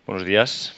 Buenos días.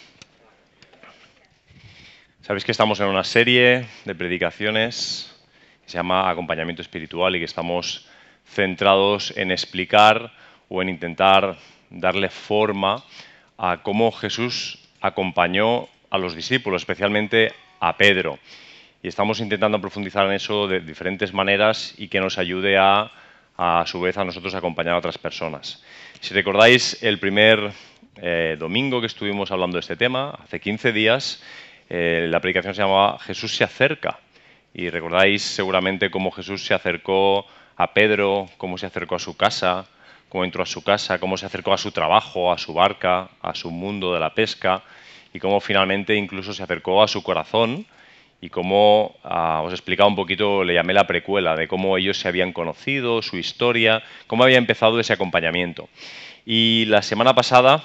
Sabéis que estamos en una serie de predicaciones que se llama Acompañamiento Espiritual y que estamos centrados en explicar o en intentar darle forma a cómo Jesús acompañó a los discípulos, especialmente a Pedro. Y estamos intentando profundizar en eso de diferentes maneras y que nos ayude a su vez, a nosotros acompañar a otras personas. Si recordáis el primer domingo que estuvimos hablando de este tema, hace 15 días, la predicación se llamaba Jesús se acerca. Y recordáis seguramente cómo Jesús se acercó a Pedro, cómo se acercó a su casa, cómo entró a su casa, cómo se acercó a su trabajo, a su barca, a su mundo de la pesca, y cómo finalmente incluso se acercó a su corazón, y cómo os he explicado un poquito, le llamé la precuela, de cómo ellos se habían conocido, su historia, cómo había empezado ese acompañamiento. Y la semana pasada,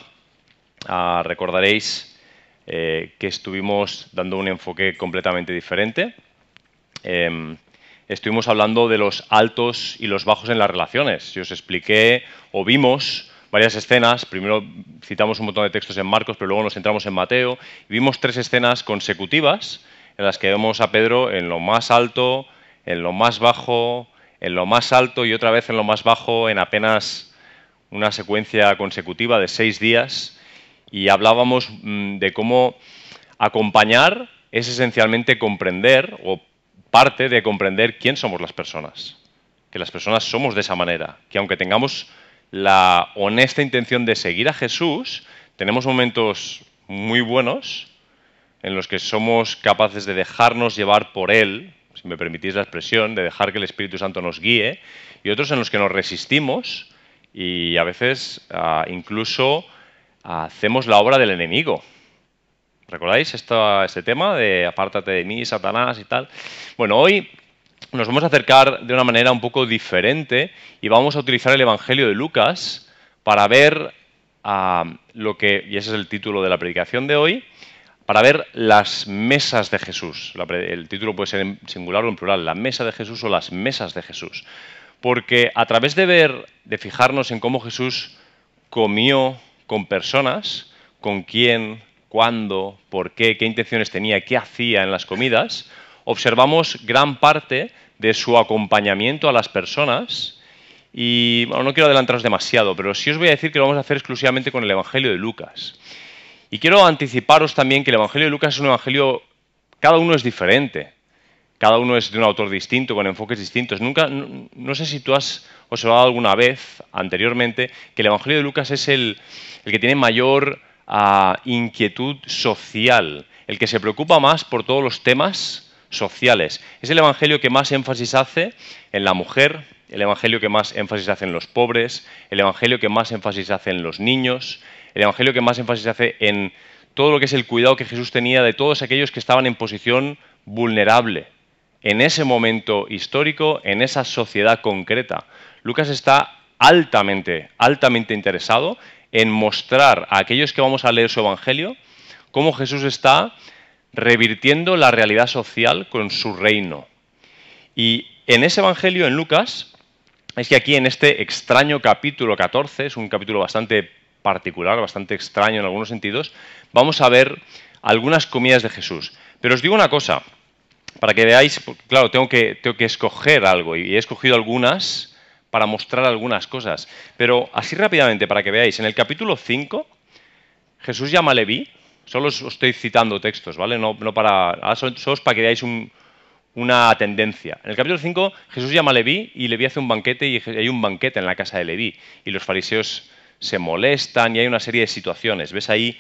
recordaréis que estuvimos dando un enfoque completamente diferente. Estuvimos hablando de los altos y los bajos en las relaciones. Yo os expliqué o vimos varias escenas. Primero citamos un montón de textos en Marcos, pero luego nos centramos en Mateo. Y vimos 3 escenas consecutivas en las que vemos a Pedro en lo más alto, en lo más bajo, en lo más alto y otra vez en lo más bajo en apenas una secuencia consecutiva de 6 días. Y hablábamos de cómo acompañar es esencialmente comprender, o parte de comprender quién somos las personas. Que las personas somos de esa manera. Que aunque tengamos la honesta intención de seguir a Jesús, tenemos momentos muy buenos en los que somos capaces de dejarnos llevar por Él, si me permitís la expresión, de dejar que el Espíritu Santo nos guíe, y otros en los que nos resistimos y a veces incluso hacemos la obra del enemigo. ¿Recordáis este tema de apártate de mí, Satanás y tal? Bueno, hoy nos vamos a acercar de una manera un poco diferente y vamos a utilizar el Evangelio de Lucas para ver lo que, y ese es el título de la predicación de hoy, para ver las mesas de Jesús. El título puede ser en singular o en plural, la mesa de Jesús o las mesas de Jesús. Porque a través de fijarnos en cómo Jesús comió con personas, con quién, cuándo, por qué intenciones tenía, qué hacía en las comidas, observamos gran parte de su acompañamiento a las personas. Y bueno, no quiero adelantaros demasiado, pero sí os voy a decir que lo vamos a hacer exclusivamente con el Evangelio de Lucas. Y quiero anticiparos también que el Evangelio de Lucas es un evangelio, cada uno es diferente, cada uno es de un autor distinto, con enfoques distintos. No sé si tú has observado alguna vez anteriormente que el Evangelio de Lucas es el que tiene mayor inquietud social, el que se preocupa más por todos los temas sociales. Es el Evangelio que más énfasis hace en la mujer, el Evangelio que más énfasis hace en los pobres, el Evangelio que más énfasis hace en los niños, el Evangelio que más énfasis hace en todo lo que es el cuidado que Jesús tenía de todos aquellos que estaban en posición vulnerable en ese momento histórico, en esa sociedad concreta. Lucas está altamente interesado en mostrar a aquellos que vamos a leer su Evangelio cómo Jesús está revirtiendo la realidad social con su reino. Y en ese Evangelio, en Lucas, es que aquí en este extraño capítulo 14, es un capítulo bastante particular, bastante extraño en algunos sentidos, vamos a ver algunas comidas de Jesús. Pero os digo una cosa, para que veáis, claro, tengo que escoger algo, y he escogido algunas para mostrar algunas cosas. Pero así rápidamente, para que veáis, en el capítulo 5, Jesús llama a Leví, solo os estoy citando textos, ¿vale? No para, solo para que veáis una tendencia. En el capítulo 5, Jesús llama a Leví y Leví hace un banquete y hay un banquete en la casa de Leví. Y los fariseos se molestan y hay una serie de situaciones. Ves ahí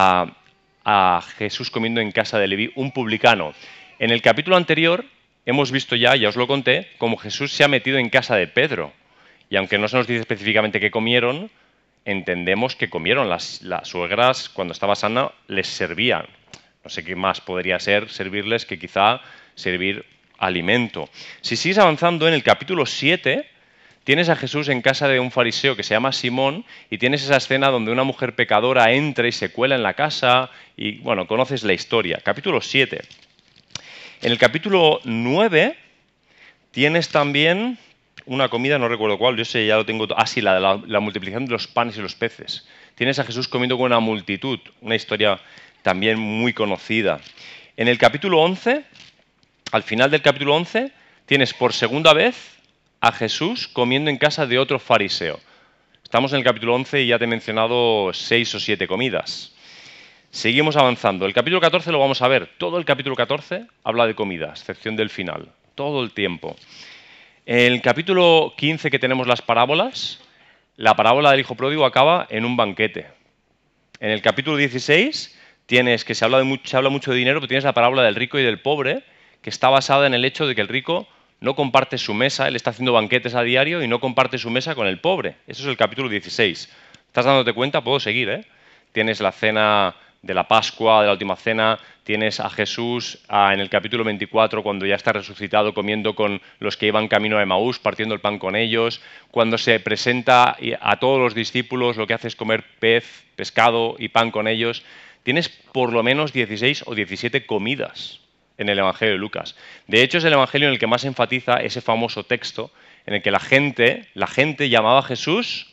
a Jesús comiendo en casa de Leví, un publicano. En el capítulo anterior hemos visto ya os lo conté, cómo Jesús se ha metido en casa de Pedro. Y aunque no se nos dice específicamente qué comieron, entendemos que comieron. Las suegras, cuando estaba sana, les servían. No sé qué más podría ser servirles que quizá servir alimento. Si sigues avanzando en el capítulo 7, tienes a Jesús en casa de un fariseo que se llama Simón y tienes esa escena donde una mujer pecadora entra y se cuela en la casa y, bueno, conoces la historia. Capítulo 7. En el capítulo 9 tienes también una comida, no recuerdo cuál, yo sé, ya lo tengo. Sí, la de la multiplicación de los panes y los peces. tienes a Jesús comiendo con una multitud, una historia también muy conocida. En el capítulo 11, al final del capítulo 11, tienes por segunda vez a Jesús comiendo en casa de otro fariseo. Estamos en el capítulo 11 y ya te he mencionado 6 o 7 comidas. Seguimos avanzando. El capítulo 14 lo vamos a ver. Todo el capítulo 14 habla de comida, a excepción del final. Todo el tiempo. En el capítulo 15 que tenemos las parábolas, la parábola del hijo pródigo acaba en un banquete. En el capítulo 16 tienes que se habla mucho de dinero, pero tienes la parábola del rico y del pobre, que está basada en el hecho de que el rico no comparte su mesa, él está haciendo banquetes a diario y no comparte su mesa con el pobre. Eso es el capítulo 16. ¿Estás dándote cuenta? Puedo seguir, ¿eh? Tienes la cena de la Pascua, de la última cena, tienes a Jesús en el capítulo 24, cuando ya está resucitado, comiendo con los que iban camino a Emaús, partiendo el pan con ellos, cuando se presenta a todos los discípulos, lo que hace es comer pez, pescado y pan con ellos. Tienes por lo menos 16 o 17 comidas en el Evangelio de Lucas. De hecho, es el Evangelio en el que más enfatiza ese famoso texto en el que la gente llamaba a Jesús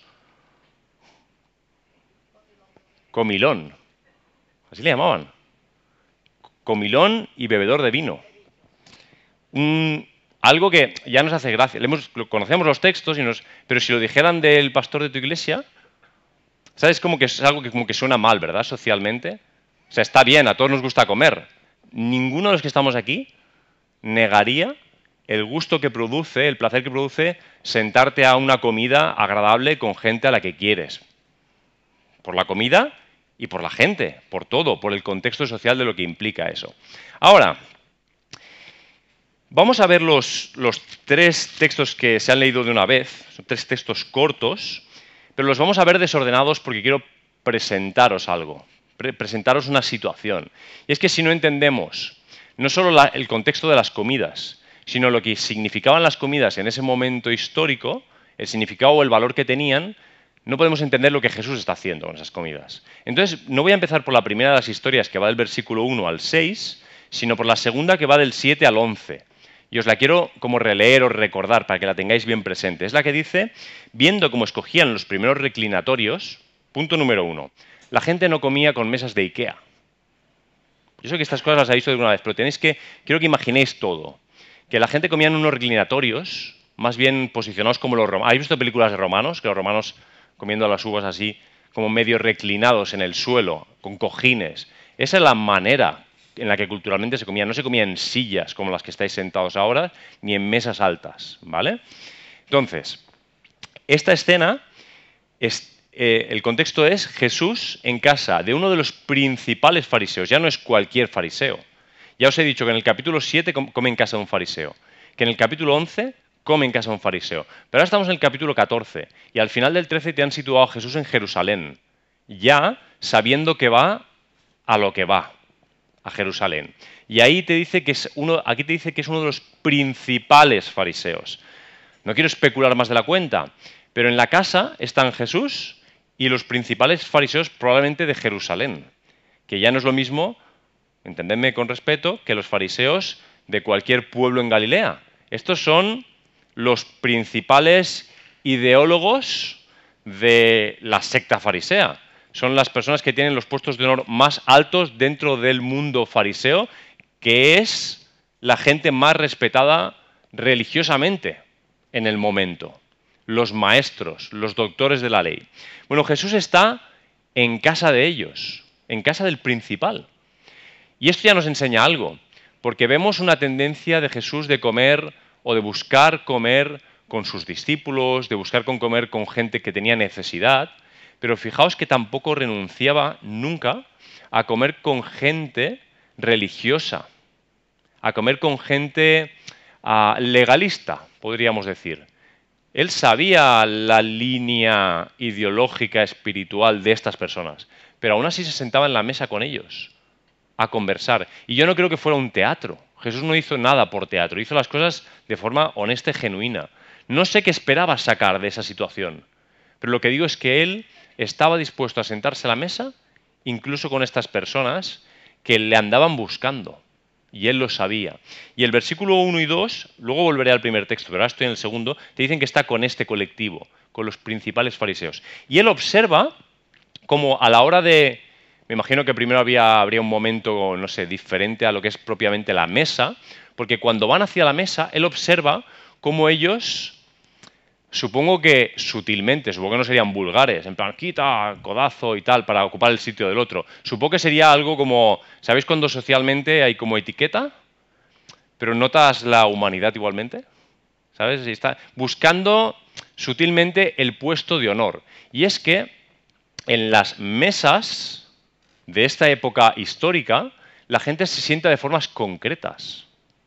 comilón. Así le llamaban. Comilón y bebedor de vino. Algo que ya nos hace gracia. Conocemos los textos, pero si lo dijeran del pastor de tu iglesia, ¿sabes? Como que es algo que como que suena mal, ¿verdad? Socialmente. O sea, está bien, a todos nos gusta comer. Ninguno de los que estamos aquí negaría el gusto que produce, el placer que produce sentarte a una comida agradable con gente a la que quieres. Por la comida y por la gente, por todo, por el contexto social de lo que implica eso. Ahora, vamos a ver los 3 textos que se han leído de una vez. Son 3 textos cortos, pero los vamos a ver desordenados porque quiero presentaros algo, presentaros una situación. Y es que si no entendemos no solo el contexto de las comidas, sino lo que significaban las comidas en ese momento histórico, el significado o el valor que tenían, no podemos entender lo que Jesús está haciendo con esas comidas. Entonces, no voy a empezar por la primera de las historias, que va del versículo 1 al 6, sino por la segunda, que va del 7 al 11. Y os la quiero como releer o recordar para que la tengáis bien presente. Es la que dice, viendo cómo escogían los primeros reclinatorios, punto número 1, la gente no comía con mesas de Ikea. Yo sé que estas cosas las habéis visto de una vez, pero quiero que imaginéis todo. Que la gente comía en unos reclinatorios, más bien posicionados como los romanos. ¿Habéis visto películas de romanos? Que los romanos comiendo las uvas así, como medio reclinados en el suelo, con cojines. Esa es la manera en la que culturalmente se comía. No se comía en sillas como las que estáis sentados ahora, ni en mesas altas, ¿vale? Entonces, esta escena, el contexto es Jesús en casa de uno de los principales fariseos. Ya no es cualquier fariseo. Ya os he dicho que en el capítulo 7 come en casa de un fariseo, que en el capítulo 11 come en casa de un fariseo. Pero ahora estamos en el capítulo 14 y al final del 13 te han situado a Jesús en Jerusalén, ya sabiendo que va a lo que va, a Jerusalén. Y ahí te dice que aquí te dice que es uno de los principales fariseos. No quiero especular más de la cuenta, pero en la casa están Jesús y los principales fariseos probablemente de Jerusalén, que ya no es lo mismo, entendedme con respeto, que los fariseos de cualquier pueblo en Galilea. Estos son los principales ideólogos de la secta farisea. Son las personas que tienen los puestos de honor más altos dentro del mundo fariseo, que es la gente más respetada religiosamente en el momento. Los maestros, los doctores de la ley. Bueno, Jesús está en casa de ellos, en casa del principal. Y esto ya nos enseña algo, porque vemos una tendencia de Jesús de comer o de buscar comer con sus discípulos, de buscar comer con gente que tenía necesidad, pero fijaos que tampoco renunciaba nunca a comer con gente religiosa, a comer con gente legalista, podríamos decir. Él sabía la línea ideológica, espiritual de estas personas, pero aún así se sentaba en la mesa con ellos a conversar. Y yo no creo que fuera un teatro. Jesús no hizo nada por teatro, hizo las cosas de forma honesta y genuina. No sé qué esperaba sacar de esa situación, pero lo que digo es que él estaba dispuesto a sentarse a la mesa, incluso con estas personas que le andaban buscando. Y él lo sabía. Y el versículo 1 y 2, luego volveré al primer texto, pero ahora estoy en el segundo, te dicen que está con este colectivo, con los principales fariseos. Y él observa como a la hora de... Me imagino que primero habría un momento, no sé, diferente a lo que es propiamente la mesa, porque cuando van hacia la mesa, él observa cómo ellos, supongo que sutilmente, supongo que no serían vulgares, en plan, quita, codazo y tal, para ocupar el sitio del otro. Supongo que sería algo como, ¿sabéis cuando socialmente hay como etiqueta? Pero notas la humanidad igualmente, ¿sabes? Y está buscando sutilmente el puesto de honor. Y es que en las mesas de esta época histórica, la gente se sienta de formas concretas.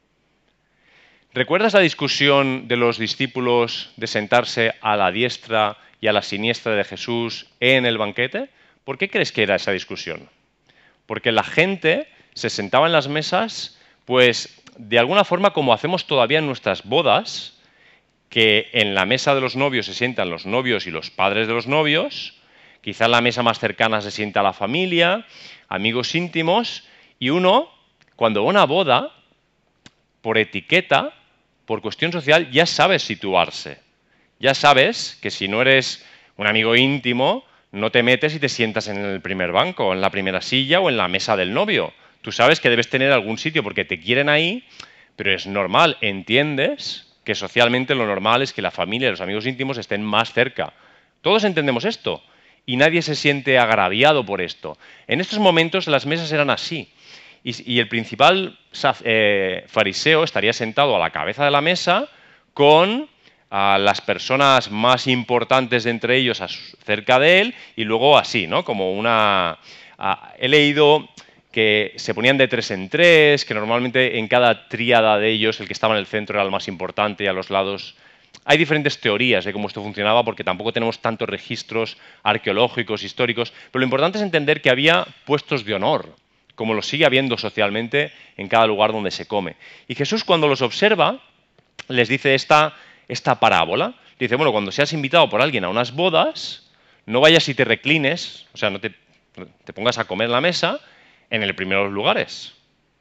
¿Recuerdas la discusión de los discípulos de sentarse a la diestra y a la siniestra de Jesús en el banquete? ¿Por qué crees que era esa discusión? Porque la gente se sentaba en las mesas, pues de alguna forma como hacemos todavía en nuestras bodas, que en la mesa de los novios se sientan los novios y los padres de los novios, quizá en la mesa más cercana se sienta la familia, amigos íntimos, y uno, cuando va a una boda, por etiqueta, por cuestión social, ya sabes situarse. Ya sabes que si no eres un amigo íntimo, no te metes y te sientas en el primer banco, o en la primera silla o en la mesa del novio. Tú sabes que debes tener algún sitio porque te quieren ahí, pero es normal, entiendes que socialmente lo normal es que la familia y los amigos íntimos estén más cerca. Todos entendemos esto y nadie se siente agraviado por esto. En estos momentos las mesas eran así y el principal fariseo estaría sentado a la cabeza de la mesa con a las personas más importantes de entre ellos cerca de él y luego así, ¿no? Como una... he leído que se ponían de 3 en 3, que normalmente en cada tríada de ellos el que estaba en el centro era el más importante y a los lados... Hay diferentes teorías de cómo esto funcionaba porque tampoco tenemos tantos registros arqueológicos, históricos, pero lo importante es entender que había puestos de honor, como lo sigue habiendo socialmente en cada lugar donde se come. Y Jesús cuando los observa les dice esta parábola. Dice, bueno, cuando seas invitado por alguien a unas bodas, no vayas y te reclines, o sea, no te pongas a comer en la mesa en el primero de los lugares.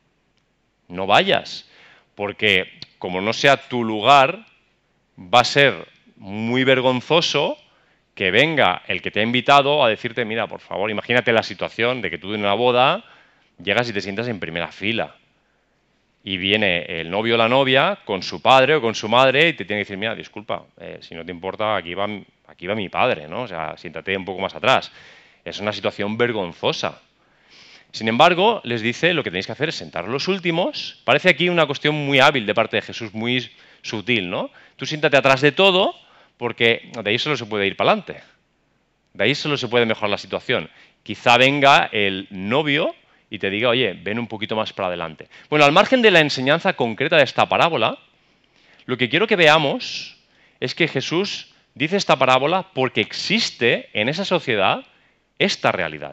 No vayas, porque como no sea tu lugar, va a ser muy vergonzoso que venga el que te ha invitado a decirte, mira, por favor, imagínate la situación de que tú en una boda llegas y te sientas en primera fila. Y viene el novio o la novia con su padre o con su madre y te tiene que decir, mira, disculpa, si no te importa, aquí va mi padre, ¿no? O sea, siéntate un poco más atrás. Es una situación vergonzosa. Sin embargo, les dice, lo que tenéis que hacer es sentaros los últimos. Parece aquí una cuestión muy hábil de parte de Jesús, muy sutil, ¿no? Tú siéntate atrás de todo porque de ahí solo se puede ir para adelante. De ahí solo se puede mejorar la situación. Quizá venga el novio y te diga, oye, ven un poquito más para adelante. Bueno, al margen de la enseñanza concreta de esta parábola, lo que quiero que veamos es que Jesús dice esta parábola porque existe en esa sociedad esta realidad.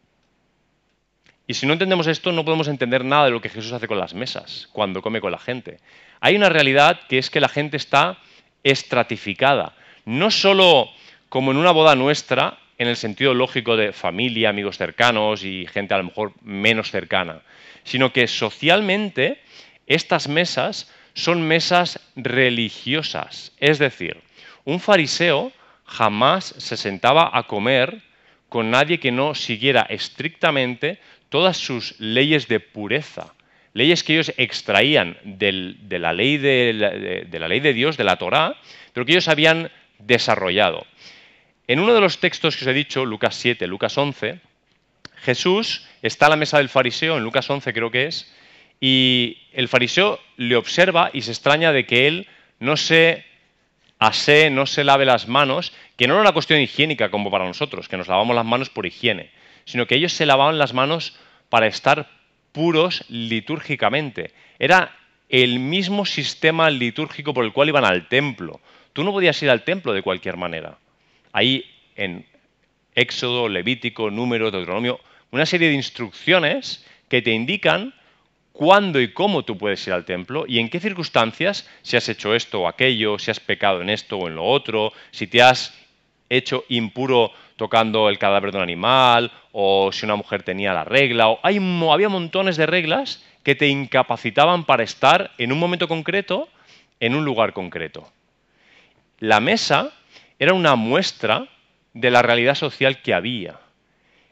Y si no entendemos esto, no podemos entender nada de lo que Jesús hace con las mesas, cuando come con la gente. Hay una realidad que es que la gente está estratificada. No solo como en una boda nuestra, en el sentido lógico de familia, amigos cercanos y gente a lo mejor menos cercana, sino que socialmente estas mesas son mesas religiosas. Es decir, un fariseo jamás se sentaba a comer con nadie que no siguiera estrictamente todas sus leyes de pureza, leyes que ellos extraían de la ley de Dios, de la Torá, pero que ellos habían desarrollado. En uno de los textos que os he dicho, Lucas 7, Lucas 11, Jesús está a la mesa del fariseo, en Lucas 11 creo que es, y el fariseo le observa y se extraña de que él no se asee, no se lave las manos, que no era una cuestión higiénica como para nosotros, que nos lavamos las manos por higiene, sino que ellos se lavaban las manos para estar puros litúrgicamente. Era el mismo sistema litúrgico por el cual iban al templo. Tú no podías ir al templo de cualquier manera. Hay en Éxodo, Levítico, Números, Deuteronomio, una serie de instrucciones que te indican cuándo y cómo tú puedes ir al templo y en qué circunstancias, si has hecho esto o aquello, si has pecado en esto o en lo otro, si te has hecho impuro tocando el cadáver de un animal o si una mujer tenía la regla. Había montones de reglas que te incapacitaban para estar en un momento concreto, en un lugar concreto. La mesa era una muestra de la realidad social que había.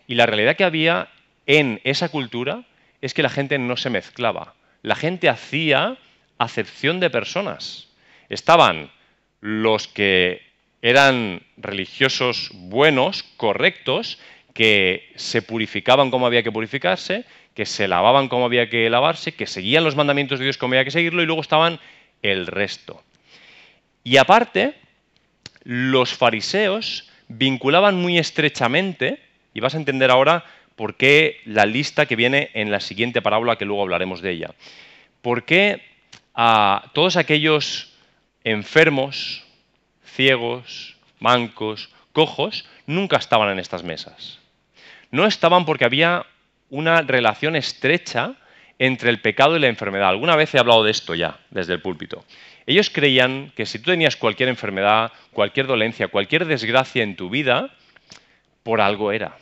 Y la realidad que había en esa cultura es que la gente no se mezclaba. La gente hacía acepción de personas. Estaban los que eran religiosos buenos, correctos, que se purificaban como había que purificarse, que se lavaban como había que lavarse, que seguían los mandamientos de Dios como había que seguirlo, y luego estaban el resto. Y aparte, los fariseos vinculaban muy estrechamente, y vas a entender ahora por qué la lista que viene en la siguiente parábola, que luego hablaremos de ella. ¿Por qué a todos aquellos enfermos, ciegos, mancos, cojos, nunca estaban en estas mesas? No estaban porque había una relación estrecha entre el pecado y la enfermedad. Alguna vez he hablado de esto ya, desde el púlpito. Ellos creían que si tú tenías cualquier enfermedad, cualquier dolencia, cualquier desgracia en tu vida, por algo era.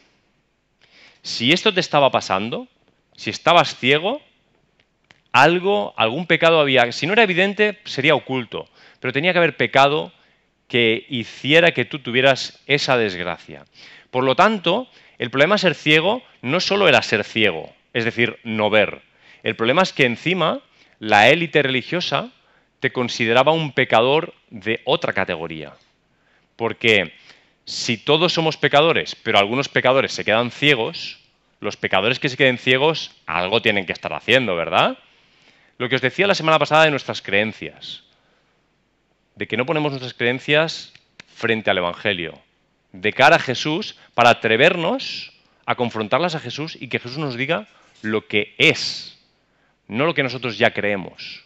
Si esto te estaba pasando, si estabas ciego, algún pecado había. Si no era evidente, sería oculto, pero tenía que haber pecado que hiciera que tú tuvieras esa desgracia. Por lo tanto, el problema de ser ciego no solo era ser ciego, es decir, no ver. El problema es que encima la élite religiosa te consideraba un pecador de otra categoría. Porque si todos somos pecadores, pero algunos pecadores se quedan ciegos, los pecadores que se queden ciegos algo tienen que estar haciendo, ¿verdad? Lo que os decía la semana pasada de nuestras creencias, de que no ponemos nuestras creencias frente al Evangelio, de cara a Jesús, para atrevernos a confrontarlas a Jesús y que Jesús nos diga lo que es, no lo que nosotros ya creemos.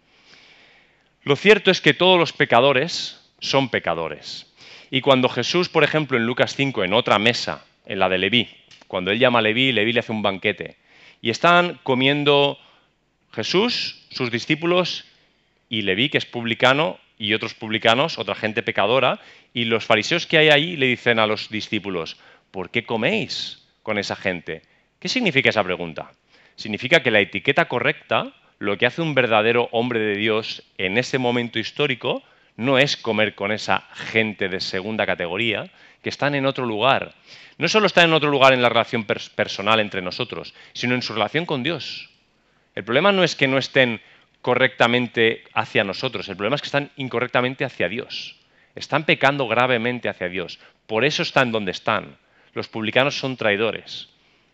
Lo cierto es que todos los pecadores son pecadores. Y cuando Jesús, por ejemplo, en Lucas 5, en otra mesa, en la de Leví, cuando él llama a Leví, Leví le hace un banquete, y están comiendo Jesús, sus discípulos y Leví, que es publicano, y otros publicanos, otra gente pecadora, y los fariseos que hay ahí le dicen a los discípulos, ¿por qué coméis con esa gente? ¿Qué significa esa pregunta? Significa que la etiqueta correcta, lo que hace un verdadero hombre de Dios en ese momento histórico, no es comer con esa gente de segunda categoría, que están en otro lugar. No solo están en otro lugar en la relación personal entre nosotros, sino en su relación con Dios. El problema no es que no estén correctamente hacia nosotros, el problema es que están incorrectamente hacia Dios. Están pecando gravemente hacia Dios. Por eso están donde están. Los publicanos son traidores.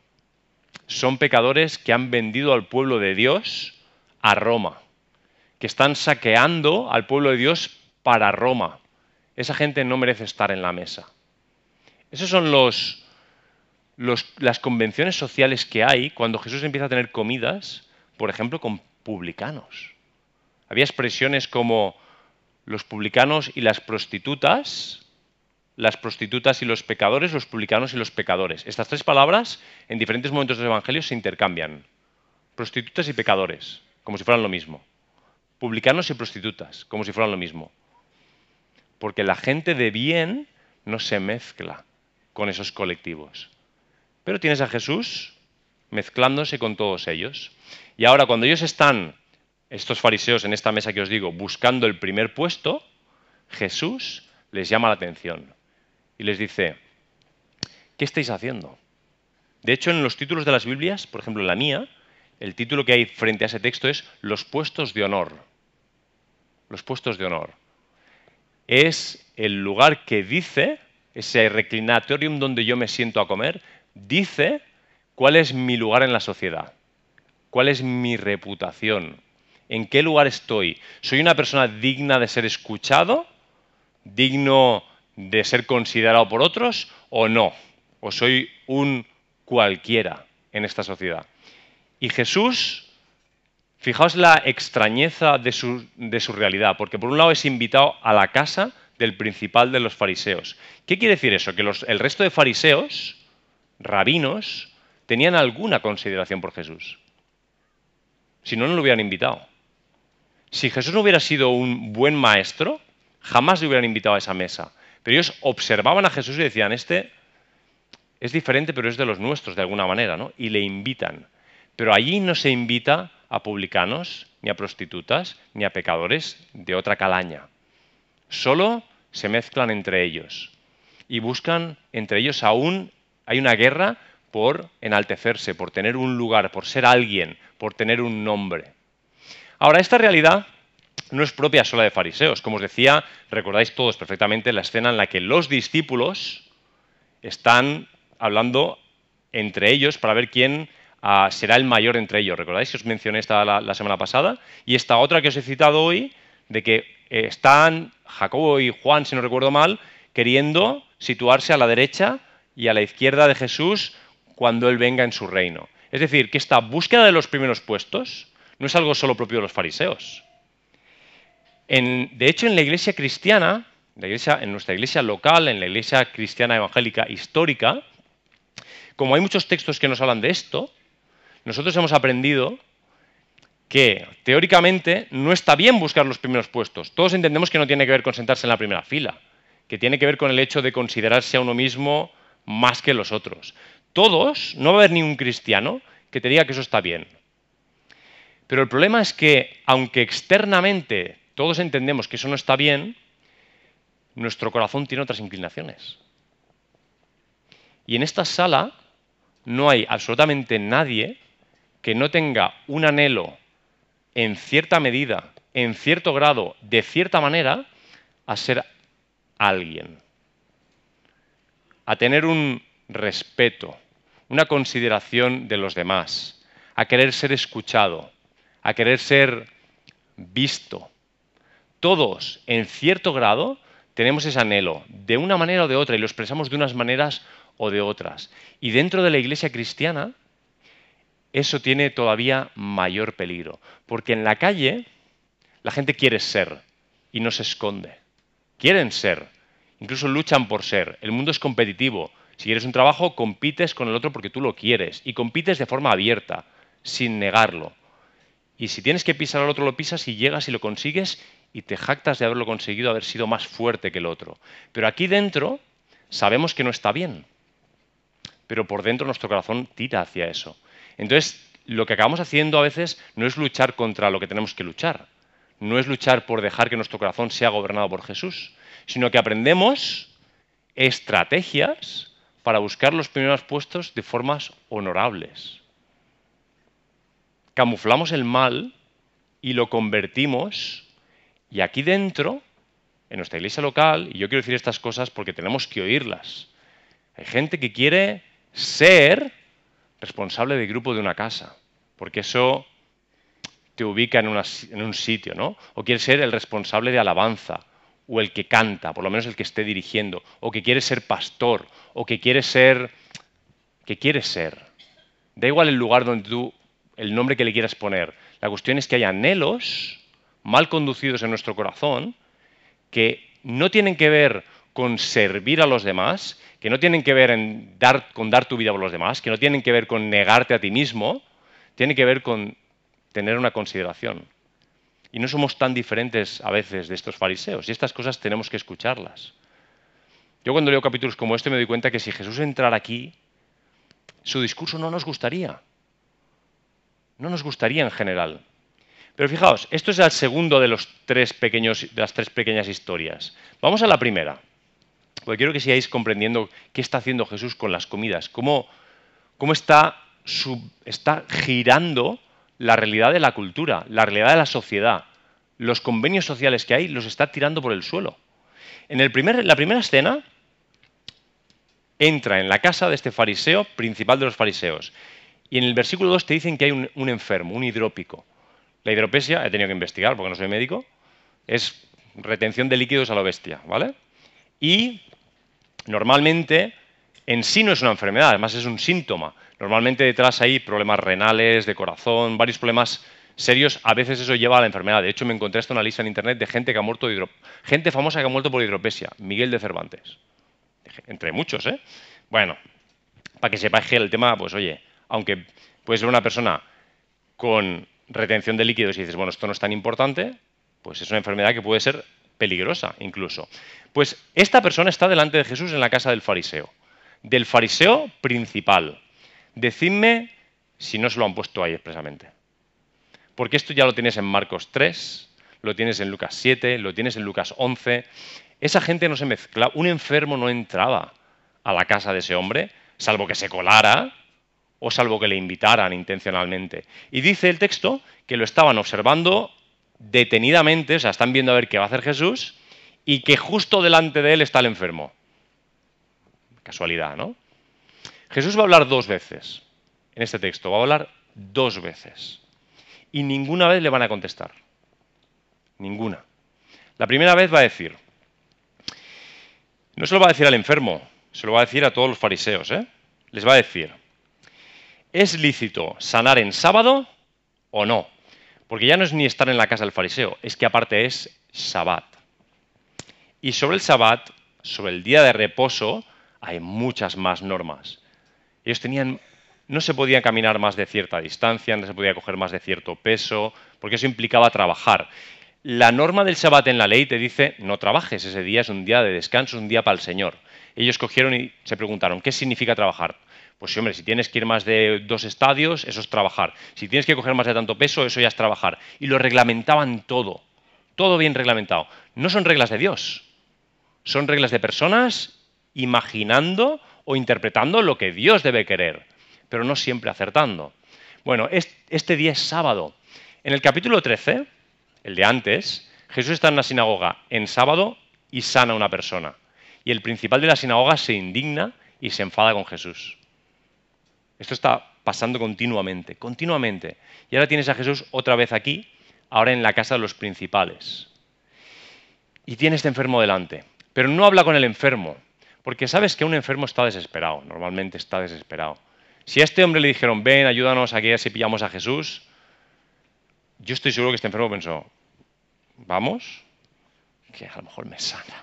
Son pecadores que han vendido al pueblo de Dios a Roma, que están saqueando al pueblo de Dios para Roma. Esa gente no merece estar en la mesa. Esos son las convenciones sociales que hay cuando Jesús empieza a tener comidas, por ejemplo, con publicanos. Había expresiones como los publicanos y las prostitutas y los pecadores, los publicanos y los pecadores. Estas tres palabras en diferentes momentos del Evangelio se intercambian. Prostitutas y pecadores, como si fueran lo mismo. Publicanos y prostitutas, como si fueran lo mismo. Porque la gente de bien no se mezcla con esos colectivos. Pero tienes a Jesús mezclándose con todos ellos. Y ahora, cuando ellos están, estos fariseos en esta mesa que os digo, buscando el primer puesto, Jesús les llama la atención y les dice, ¿qué estáis haciendo? De hecho, en los títulos de las Biblias, por ejemplo en la mía, el título que hay frente a ese texto es los puestos de honor. Los puestos de honor. Es el lugar que dice, ese reclinatorium donde yo me siento a comer, dice cuál es mi lugar en la sociedad, cuál es mi reputación, en qué lugar estoy. ¿Soy una persona digna de ser escuchado? ¿Digno de ser considerado por otros o no? ¿O soy un cualquiera en esta sociedad? Y Jesús, fijaos la extrañeza de su realidad, porque por un lado es invitado a la casa del principal de los fariseos. ¿Qué quiere decir eso? Que el resto de fariseos, rabinos, tenían alguna consideración por Jesús. Si no, no lo hubieran invitado. Si Jesús no hubiera sido un buen maestro, jamás le hubieran invitado a esa mesa. Pero ellos observaban a Jesús y decían, este es diferente, pero es de los nuestros de alguna manera, ¿no? Y le invitan. Pero allí no se invita a publicanos, ni a prostitutas, ni a pecadores de otra calaña. Solo se mezclan entre ellos. Y buscan entre ellos hay una guerra por enaltecerse, por tener un lugar, por ser alguien, por tener un nombre. Ahora, esta realidad no es propia sola de fariseos. Como os decía, recordáis todos perfectamente la escena en la que los discípulos están hablando entre ellos para ver quién será el mayor entre ellos. ¿Recordáis que os mencioné esta la semana pasada? Y esta otra que os he citado hoy, de que están Jacobo y Juan, si no recuerdo mal, queriendo situarse a la derecha y a la izquierda de Jesús cuando Él venga en su reino. Es decir, que esta búsqueda de los primeros puestos no es algo solo propio de los fariseos. De hecho, en la iglesia cristiana, en nuestra iglesia local, en la iglesia cristiana evangélica histórica, como hay muchos textos que nos hablan de esto, nosotros hemos aprendido que teóricamente no está bien buscar los primeros puestos. Todos entendemos que no tiene que ver con sentarse en la primera fila, que tiene que ver con el hecho de considerarse a uno mismo más que los otros. Todos, no va a haber ni un cristiano que te diga que eso está bien. Pero el problema es que, aunque externamente todos entendemos que eso no está bien, nuestro corazón tiene otras inclinaciones. Y en esta sala no hay absolutamente nadie que no tenga un anhelo en cierta medida, en cierto grado, de cierta manera, a ser alguien. A tener un respeto, una consideración de los demás, a querer ser escuchado, a querer ser visto. Todos, en cierto grado, tenemos ese anhelo, de una manera o de otra, y lo expresamos de unas maneras o de otras. Y dentro de la iglesia cristiana, eso tiene todavía mayor peligro, porque en la calle la gente quiere ser y no se esconde. Quieren ser, incluso luchan por ser. El mundo es competitivo. Si quieres un trabajo, compites con el otro porque tú lo quieres y compites de forma abierta, sin negarlo. Y si tienes que pisar al otro, lo pisas y llegas y lo consigues y te jactas de haberlo conseguido, haber sido más fuerte que el otro. Pero aquí dentro sabemos que no está bien, pero por dentro nuestro corazón tira hacia eso. Entonces, lo que acabamos haciendo a veces no es luchar contra lo que tenemos que luchar, no es luchar por dejar que nuestro corazón sea gobernado por Jesús, sino que aprendemos estrategias para buscar los primeros puestos de formas honorables. Camuflamos el mal y lo convertimos, y aquí dentro, en nuestra iglesia local, y yo quiero decir estas cosas porque tenemos que oírlas, hay gente que quiere ser responsable del grupo de una casa, porque eso te ubica en un sitio, ¿no? O quiere ser el responsable de alabanza, o el que canta, por lo menos el que esté dirigiendo, o que quiere ser pastor, o que quiere ser... Da igual el lugar donde el nombre que le quieras poner. La cuestión es que hay anhelos mal conducidos en nuestro corazón que no tienen que ver con servir a los demás, que no tienen que ver con dar tu vida por los demás, que no tienen que ver con negarte a ti mismo, tiene que ver con tener una consideración. Y no somos tan diferentes a veces de estos fariseos, y estas cosas tenemos que escucharlas. Yo cuando leo capítulos como este me doy cuenta que si Jesús entrara aquí, su discurso no nos gustaría. No nos gustaría en general. Pero fijaos, esto es el segundo de las tres pequeñas historias. Vamos a la primera, porque quiero que sigáis comprendiendo qué está haciendo Jesús con las comidas, cómo está girando la realidad de la cultura, la realidad de la sociedad. Los convenios sociales que hay los está tirando por el suelo. En la primera escena, entra en la casa de este fariseo, principal de los fariseos, y en el versículo 2 te dicen que hay un enfermo, un hidrópico. La hidropesia, he tenido que investigar porque no soy médico, es retención de líquidos a lo bestia, ¿vale? Y normalmente en sí no es una enfermedad, además es un síntoma. Normalmente detrás hay problemas renales, de corazón, varios problemas serios. A veces eso lleva a la enfermedad. De hecho, me encontré hasta una lista en internet de gente que ha muerto gente famosa que ha muerto por hidropesia. Miguel de Cervantes. Entre muchos, ¿eh? Bueno, para que sepáis que el tema, pues oye, aunque puede ser una persona con retención de líquidos y dices, bueno, esto no es tan importante, pues es una enfermedad que puede ser peligrosa incluso. Pues esta persona está delante de Jesús en la casa del fariseo principal. Decidme si no se lo han puesto ahí expresamente. Porque esto ya lo tienes en Marcos 3, lo tienes en Lucas 7, lo tienes en Lucas 11. Esa gente no se mezclaba, un enfermo no entraba a la casa de ese hombre, salvo que se colara, o salvo que le invitaran intencionalmente. Y dice el texto que lo estaban observando detenidamente, o sea, están viendo a ver qué va a hacer Jesús, y que justo delante de él está el enfermo. Casualidad, ¿no? Jesús va a hablar 2 veces en este texto, va a hablar 2 veces. Y ninguna vez le van a contestar. Ninguna. La primera vez va a decir, no se lo va a decir al enfermo, se lo va a decir a todos los fariseos, ¿eh? Les va a decir, ¿es lícito sanar en sábado o no? Porque ya no es ni estar en la casa del fariseo, es que aparte es Sabbat. Y sobre el Sabbat, sobre el día de reposo, hay muchas más normas. Ellos no se podían caminar más de cierta distancia, no se podía coger más de cierto peso, porque eso implicaba trabajar. La norma del Sabbat en la ley te dice, no trabajes, ese día es un día de descanso, es un día para el Señor. Ellos cogieron y se preguntaron, ¿qué significa trabajar? Pues sí, hombre, si tienes que ir más de 2 estadios, eso es trabajar. Si tienes que coger más de tanto peso, eso ya es trabajar. Y lo reglamentaban todo bien reglamentado. No son reglas de Dios, son reglas de personas imaginando o interpretando lo que Dios debe querer, pero no siempre acertando. Bueno, este día es sábado. En el capítulo 13, el de antes, Jesús está en una sinagoga en sábado y sana a una persona. Y el principal de la sinagoga se indigna y se enfada con Jesús. Esto está pasando continuamente. Y ahora tienes a Jesús otra vez aquí, ahora en la casa de los principales. Y tiene este enfermo delante. Pero no habla con el enfermo, porque sabes que un enfermo está desesperado, normalmente está desesperado. Si a este hombre le dijeron, ven, ayúdanos aquí si pillamos a Jesús, yo estoy seguro que este enfermo pensó, ¿vamos? Que a lo mejor me sana.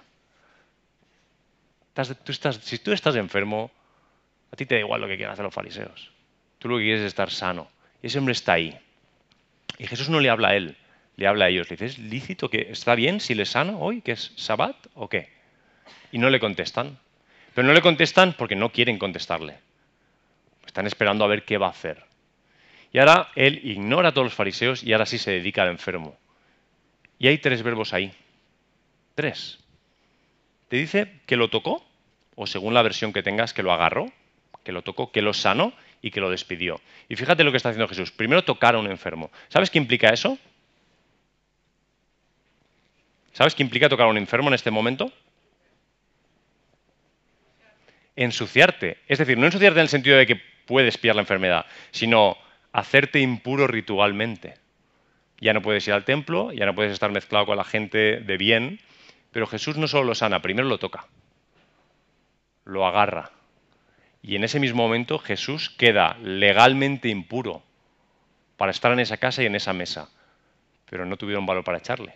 Si tú estás enfermo, a ti te da igual lo que quieran hacer los fariseos. Tú lo que quieres es estar sano. Y ese hombre está ahí. Y Jesús no le habla a él, le habla a ellos. Le dice, ¿es lícito que está bien si le sano hoy, que es Sabbat o qué? Y no le contestan. Pero no le contestan porque no quieren contestarle. Están esperando a ver qué va a hacer. Y ahora él ignora a todos los fariseos y ahora sí se dedica al enfermo. Y hay 3 verbos ahí. 3. Te dice que lo tocó, o según la versión que tengas, que lo agarró, que lo tocó, que lo sanó y que lo despidió. Y fíjate lo que está haciendo Jesús. Primero tocar a un enfermo. ¿Sabes qué implica eso? ¿Sabes qué implica tocar a un enfermo en este momento? Ensuciarte. Es decir, no ensuciarte en el sentido de que puedes pillar la enfermedad, sino hacerte impuro ritualmente. Ya no puedes ir al templo, ya no puedes estar mezclado con la gente de bien, pero Jesús no solo lo sana, primero lo toca, lo agarra. Y en ese mismo momento Jesús queda legalmente impuro para estar en esa casa y en esa mesa. Pero no tuvieron valor para echarle.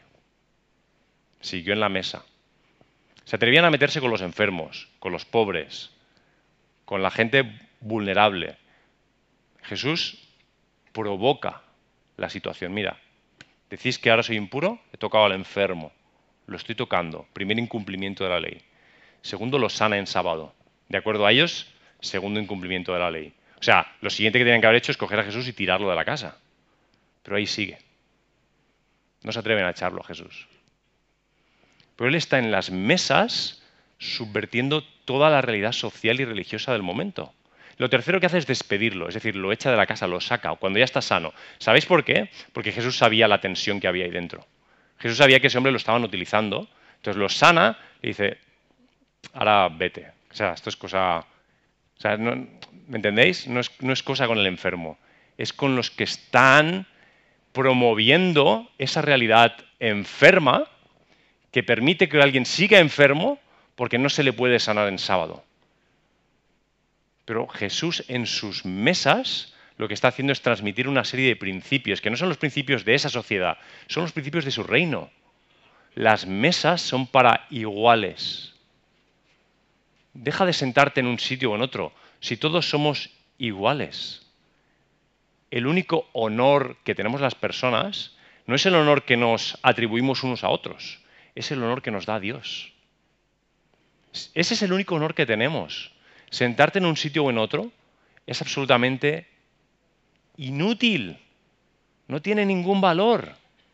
Siguió en la mesa. Se atrevían a meterse con los enfermos, con los pobres, con la gente vulnerable. Jesús provoca la situación. Mira, decís que ahora soy impuro, he tocado al enfermo. Lo estoy tocando. Primer incumplimiento de la ley. Segundo, lo sana en sábado. De acuerdo a ellos, segundo incumplimiento de la ley. O sea, lo siguiente que tenían que haber hecho es coger a Jesús y tirarlo de la casa. Pero ahí sigue. No se atreven a echarlo a Jesús. Pero él está en las mesas subvirtiendo toda la realidad social y religiosa del momento. Lo tercero que hace es despedirlo, es decir, lo echa de la casa, lo saca, cuando ya está sano. ¿Sabéis por qué? Porque Jesús sabía la tensión que había ahí dentro. Jesús sabía que ese hombre lo estaban utilizando, entonces lo sana y dice, ahora vete. O sea, esto es cosa... O sea, ¿me entendéis? No es cosa con el enfermo, es con los que están promoviendo esa realidad enferma que permite que alguien siga enfermo porque no se le puede sanar en sábado. Pero Jesús en sus mesas lo que está haciendo es transmitir una serie de principios, que no son los principios de esa sociedad, son los principios de su reino. Las mesas son para iguales. Deja de sentarte en un sitio o en otro, si todos somos iguales. El único honor que tenemos las personas no es el honor que nos atribuimos unos a otros, es el honor que nos da Dios. Ese es el único honor que tenemos. Sentarte en un sitio o en otro es absolutamente inútil. No tiene ningún valor.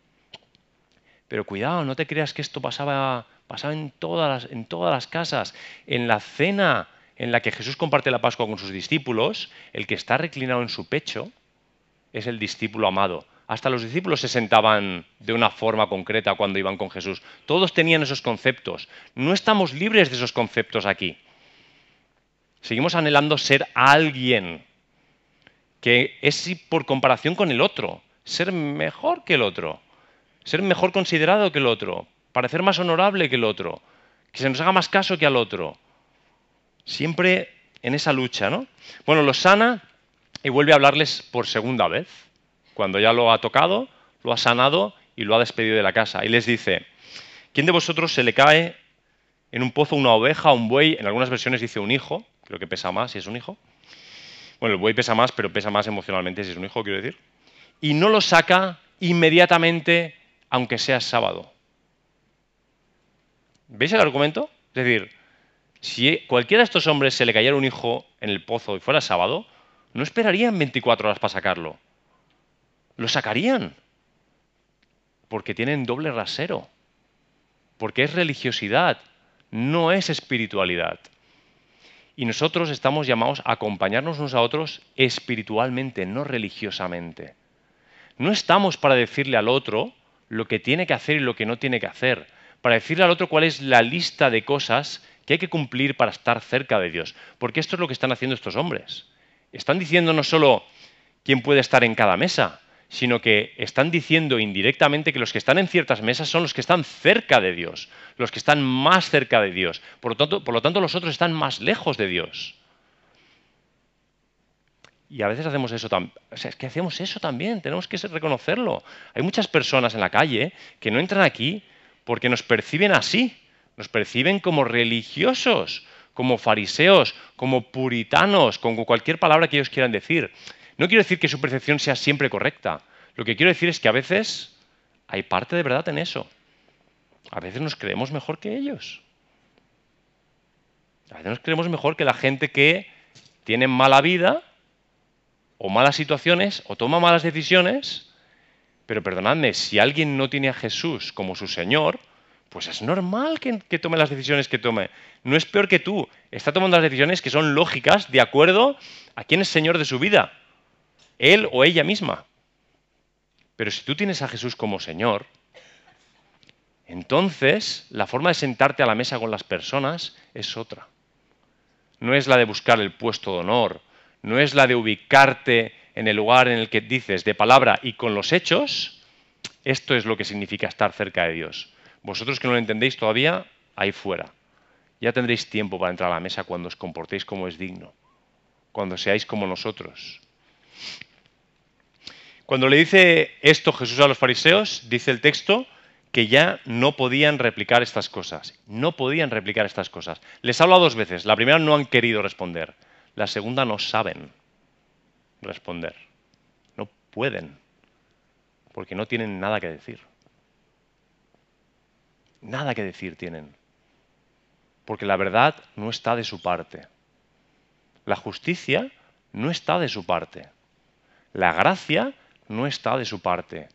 Pero cuidado, no te creas que esto pasaba en todas las casas. En la cena en la que Jesús comparte la Pascua con sus discípulos, el que está reclinado en su pecho es el discípulo amado. Hasta los discípulos se sentaban de una forma concreta cuando iban con Jesús. Todos tenían esos conceptos. No estamos libres de esos conceptos aquí. Seguimos anhelando ser alguien que es por comparación con el otro, ser mejor que el otro, ser mejor considerado que el otro, parecer más honorable que el otro, que se nos haga más caso que al otro. Siempre en esa lucha, ¿no? Bueno, los sana y vuelve a hablarles por segunda vez. Cuando ya lo ha tocado, lo ha sanado y lo ha despedido de la casa. Y les dice, ¿quién de vosotros se le cae en un pozo una oveja, un buey? En algunas versiones dice un hijo, creo que pesa más si es un hijo. Bueno, el buey pesa más, pero pesa más emocionalmente si es un hijo, quiero decir. Y no lo saca inmediatamente, aunque sea sábado. ¿Veis el argumento? Es decir, si cualquiera de estos hombres se le cayera un hijo en el pozo y fuera sábado, no esperarían 24 horas para sacarlo. Lo sacarían. Porque tienen doble rasero. Porque es religiosidad, no es espiritualidad. Y nosotros estamos llamados a acompañarnos unos a otros espiritualmente, no religiosamente. No estamos para decirle al otro lo que tiene que hacer y lo que no tiene que hacer, para decirle al otro cuál es la lista de cosas que hay que cumplir para estar cerca de Dios. Porque esto es lo que están haciendo estos hombres. Están diciendo no solo quién puede estar en cada mesa, sino que están diciendo indirectamente que los que están en ciertas mesas son los que están cerca de Dios, los que están más cerca de Dios. Por lo tanto, los otros están más lejos de Dios. Y a veces hacemos eso también. O sea, es que hacemos eso también, tenemos que reconocerlo. Hay muchas personas en la calle que no entran aquí porque nos perciben así, nos perciben como religiosos, como fariseos, como puritanos, con cualquier palabra que ellos quieran decir. No quiero decir que su percepción sea siempre correcta. Lo que quiero decir es que a veces hay parte de verdad en eso. A veces nos creemos mejor que ellos. A veces nos creemos mejor que la gente que tiene mala vida o malas situaciones o toma malas decisiones. Pero perdonadme, si alguien no tiene a Jesús como su Señor, pues es normal que tome las decisiones que tome. No es peor que tú. Está tomando las decisiones que son lógicas de acuerdo a quién es Señor de su vida. Él o ella misma. Pero si tú tienes a Jesús como Señor, entonces la forma de sentarte a la mesa con las personas es otra. No es la de buscar el puesto de honor, no es la de ubicarte en el lugar en el que dices de palabra y con los hechos. Esto es lo que significa estar cerca de Dios. Vosotros que no lo entendéis todavía, ahí fuera. Ya tendréis tiempo para entrar a la mesa cuando os comportéis como es digno, cuando seáis como nosotros. Cuando le dice esto Jesús a los fariseos, dice el texto que ya no podían replicar estas cosas. No podían replicar estas cosas. Les ha hablado dos veces. La primera no han querido responder. La segunda no saben responder. No pueden. Porque no tienen nada que decir. Nada que decir tienen. Porque la verdad no está de su parte. La justicia no está de su parte. La gracia no está de su parte.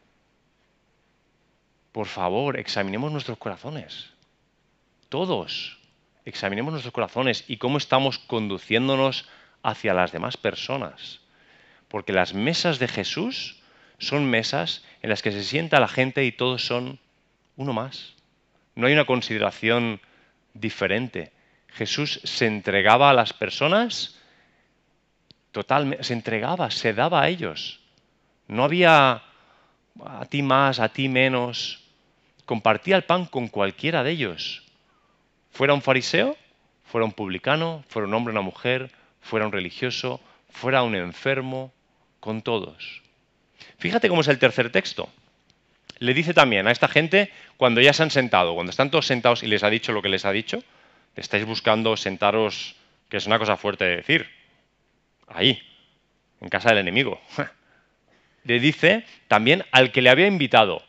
Por favor, examinemos nuestros corazones. Todos. Examinemos nuestros corazones y cómo estamos conduciéndonos hacia las demás personas. Porque las mesas de Jesús son mesas en las que se sienta la gente y todos son uno más. No hay una consideración diferente. Jesús se entregaba a las personas totalmente, se entregaba, se daba a ellos. No había a ti más, a ti menos. Compartía el pan con cualquiera de ellos. Fuera un fariseo, fuera un publicano, fuera un hombre o una mujer, fuera un religioso, fuera un enfermo, con todos. Fíjate cómo es el tercer texto. Le dice también a esta gente, cuando ya se han sentado, cuando están todos sentados y les ha dicho lo que les ha dicho, estáis buscando sentaros, que es una cosa fuerte de decir, ahí, en casa del enemigo. Le dice también al que le había invitado,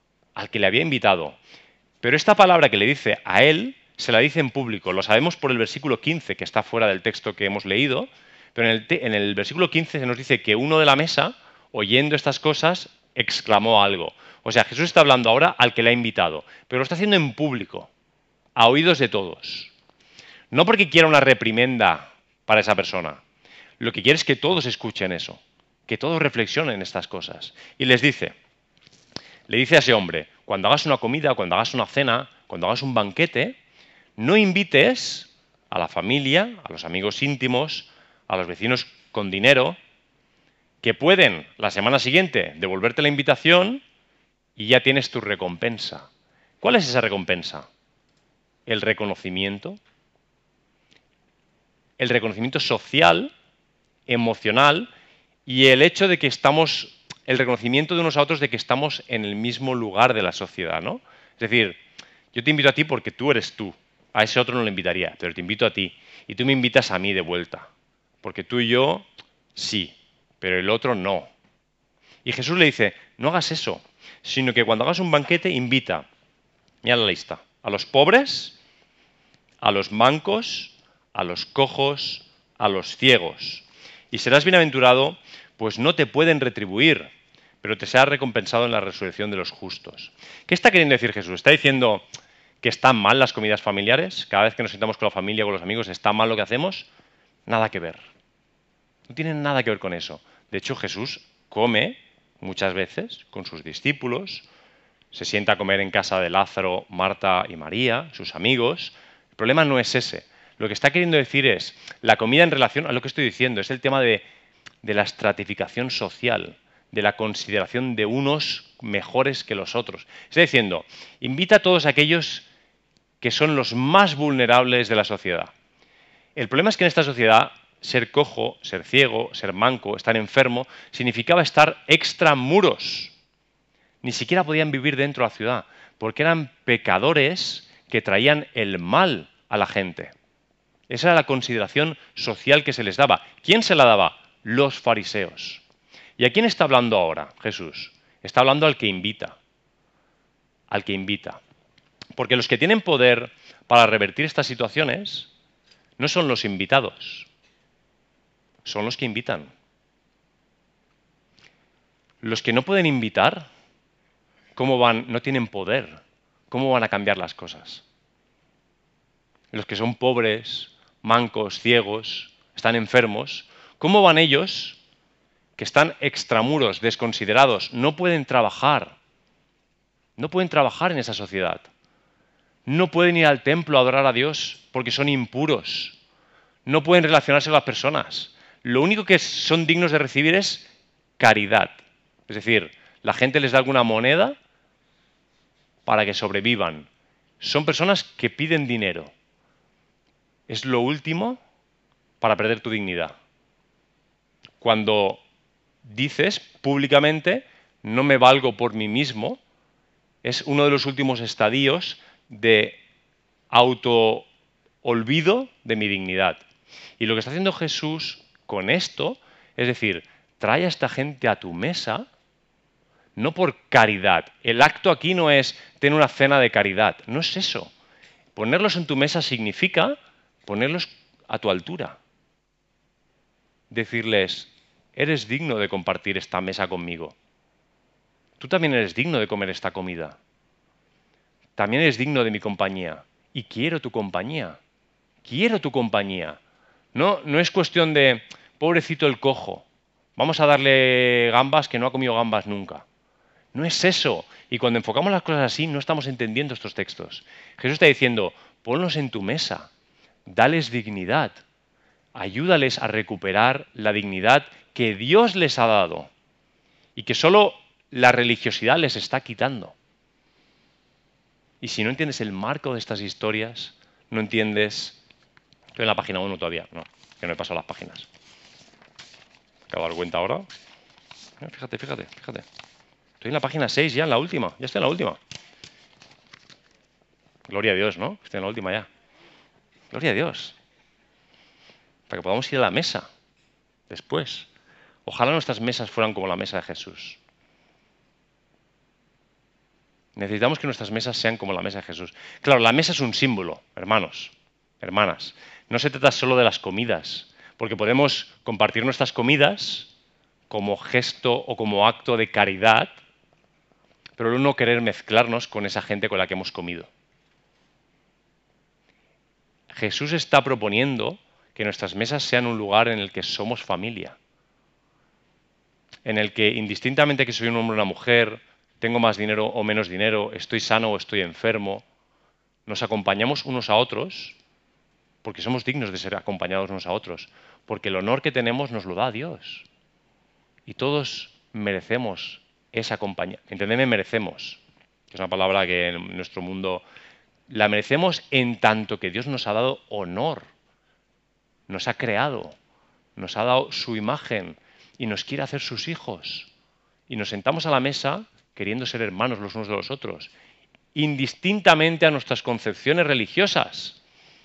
Pero esta palabra que le dice a él, se la dice en público. Lo sabemos por el versículo 15, que está fuera del texto que hemos leído, pero en el versículo 15 se nos dice que uno de la mesa, oyendo estas cosas, exclamó algo. O sea, Jesús está hablando ahora al que le ha invitado, pero lo está haciendo en público, a oídos de todos. No porque quiera una reprimenda para esa persona. Lo que quiere es que todos escuchen eso, que todos reflexionen estas cosas. Y le dice a ese hombre, cuando hagas una comida, cuando hagas una cena, cuando hagas un banquete, no invites a la familia, a los amigos íntimos, a los vecinos con dinero, que pueden la semana siguiente devolverte la invitación y ya tienes tu recompensa. ¿Cuál es esa recompensa? El reconocimiento social, emocional y el hecho de que el reconocimiento de unos a otros de que estamos en el mismo lugar de la sociedad, ¿no? Es decir, yo te invito a ti porque tú eres tú. A ese otro no lo invitaría, pero te invito a ti. Y tú me invitas a mí de vuelta. Porque tú y yo, sí, pero el otro no. Y Jesús le dice, no hagas eso, sino que cuando hagas un banquete, invita, mira la lista, a los pobres, a los mancos, a los cojos, a los ciegos. Y serás bienaventurado, pues no te pueden retribuir, pero te será recompensado en la resurrección de los justos. ¿Qué está queriendo decir Jesús? ¿Está diciendo que están mal las comidas familiares? Cada vez que nos sentamos con la familia o con los amigos, ¿está mal lo que hacemos? Nada que ver. No tiene nada que ver con eso. De hecho, Jesús come muchas veces con sus discípulos, se sienta a comer en casa de Lázaro, Marta y María, sus amigos. El problema no es ese. Lo que está queriendo decir es la comida en relación a lo que estoy diciendo, es el tema de la estratificación social, de la consideración de unos mejores que los otros. Está diciendo, invita a todos aquellos que son los más vulnerables de la sociedad. El problema es que en esta sociedad ser cojo, ser ciego, ser manco, estar enfermo, significaba estar extramuros. Ni siquiera podían vivir dentro de la ciudad, porque eran pecadores que traían el mal a la gente. Esa era la consideración social que se les daba. ¿Quién se la daba? Los fariseos. ¿Y a quién está hablando ahora Jesús? Está hablando al que invita. Al que invita. Porque los que tienen poder para revertir estas situaciones no son los invitados, son los que invitan. Los que no pueden invitar, ¿cómo van? No tienen poder. ¿Cómo van a cambiar las cosas? Los que son pobres, mancos, ciegos, están enfermos, ¿cómo van ellos, que están extramuros, desconsiderados, no pueden trabajar? No pueden trabajar en esa sociedad. No pueden ir al templo a adorar a Dios porque son impuros. No pueden relacionarse con las personas. Lo único que son dignos de recibir es caridad. Es decir, la gente les da alguna moneda para que sobrevivan. Son personas que piden dinero. Es lo último para perder tu dignidad. Cuando dices públicamente, no me valgo por mí mismo, es uno de los últimos estadios de auto-olvido de mi dignidad. Y lo que está haciendo Jesús con esto, es decir, trae a esta gente a tu mesa, no por caridad. El acto aquí no es tener una cena de caridad, no es eso. Ponerlos en tu mesa significa ponerlos a tu altura. Decirles, eres digno de compartir esta mesa conmigo. Tú también eres digno de comer esta comida. También eres digno de mi compañía. Y quiero tu compañía. Quiero tu compañía. No es cuestión de, pobrecito el cojo, vamos a darle gambas que no ha comido gambas nunca. No es eso. Y cuando enfocamos las cosas así, no estamos entendiendo estos textos. Jesús está diciendo, ponlos en tu mesa, dales dignidad, ayúdales a recuperar la dignidad que Dios les ha dado y que solo la religiosidad les está quitando. Y si no entiendes el marco de estas historias, no entiendes... Estoy en la página 1 todavía, no, que no he pasado las páginas. Acabo de dar cuenta ahora. Fíjate. Estoy en la página 6 ya, en la última. Ya estoy en la última. Gloria a Dios, ¿no? Estoy en la última ya. Gloria a Dios. Para que podamos ir a la mesa después. Ojalá nuestras mesas fueran como la mesa de Jesús. Necesitamos que nuestras mesas sean como la mesa de Jesús. Claro, la mesa es un símbolo, hermanos, hermanas. No se trata solo de las comidas, porque podemos compartir nuestras comidas como gesto o como acto de caridad, pero no querer mezclarnos con esa gente con la que hemos comido. Jesús está proponiendo que nuestras mesas sean un lugar en el que somos familia, en el que indistintamente que soy un hombre o una mujer, tengo más dinero o menos dinero, estoy sano o estoy enfermo, nos acompañamos unos a otros porque somos dignos de ser acompañados unos a otros, porque el honor que tenemos nos lo da Dios. Y todos merecemos esa compañía. Entendedme, merecemos, que es una palabra que en nuestro mundo la merecemos en tanto que Dios nos ha dado honor, nos ha creado, nos ha dado su imagen y nos quiere hacer sus hijos. Y nos sentamos a la mesa queriendo ser hermanos los unos de los otros, indistintamente a nuestras concepciones religiosas.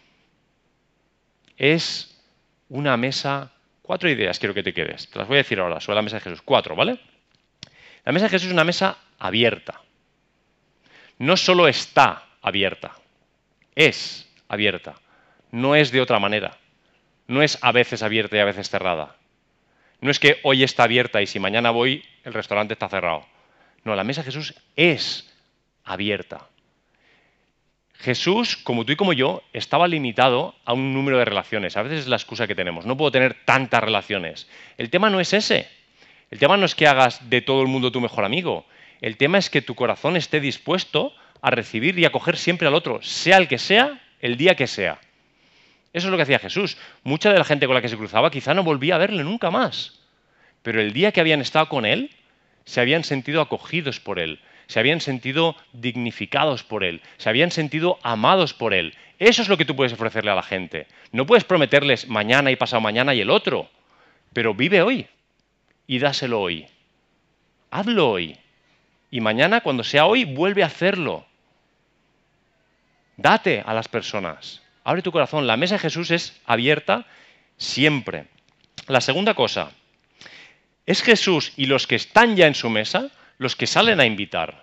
Es una mesa. 4 ideas quiero que te quedes. Te las voy a decir ahora sobre la mesa de Jesús. 4, ¿vale? La mesa de Jesús es una mesa abierta. No solo está abierta, es abierta. No es de otra manera. No es a veces abierta y a veces cerrada. No es que hoy está abierta y si mañana voy, el restaurante está cerrado. No, la mesa de Jesús es abierta. Jesús, como tú y como yo, estaba limitado a un número de relaciones. A veces es la excusa que tenemos. No puedo tener tantas relaciones. El tema no es ese. El tema no es que hagas de todo el mundo tu mejor amigo. El tema es que tu corazón esté dispuesto a recibir y acoger siempre al otro, sea el que sea, el día que sea. Eso es lo que hacía Jesús. Mucha de la gente con la que se cruzaba quizá no volvía a verle nunca más. Pero el día que habían estado con él, se habían sentido acogidos por él, se habían sentido dignificados por él, se habían sentido amados por él. Eso es lo que tú puedes ofrecerle a la gente. No puedes prometerles mañana y pasado mañana y el otro, pero vive hoy y dáselo hoy. Hazlo hoy. Y mañana, cuando sea hoy, vuelve a hacerlo. Date a las personas. Abre tu corazón. La mesa de Jesús es abierta siempre. La segunda cosa, es Jesús y los que están ya en su mesa los que salen a invitar.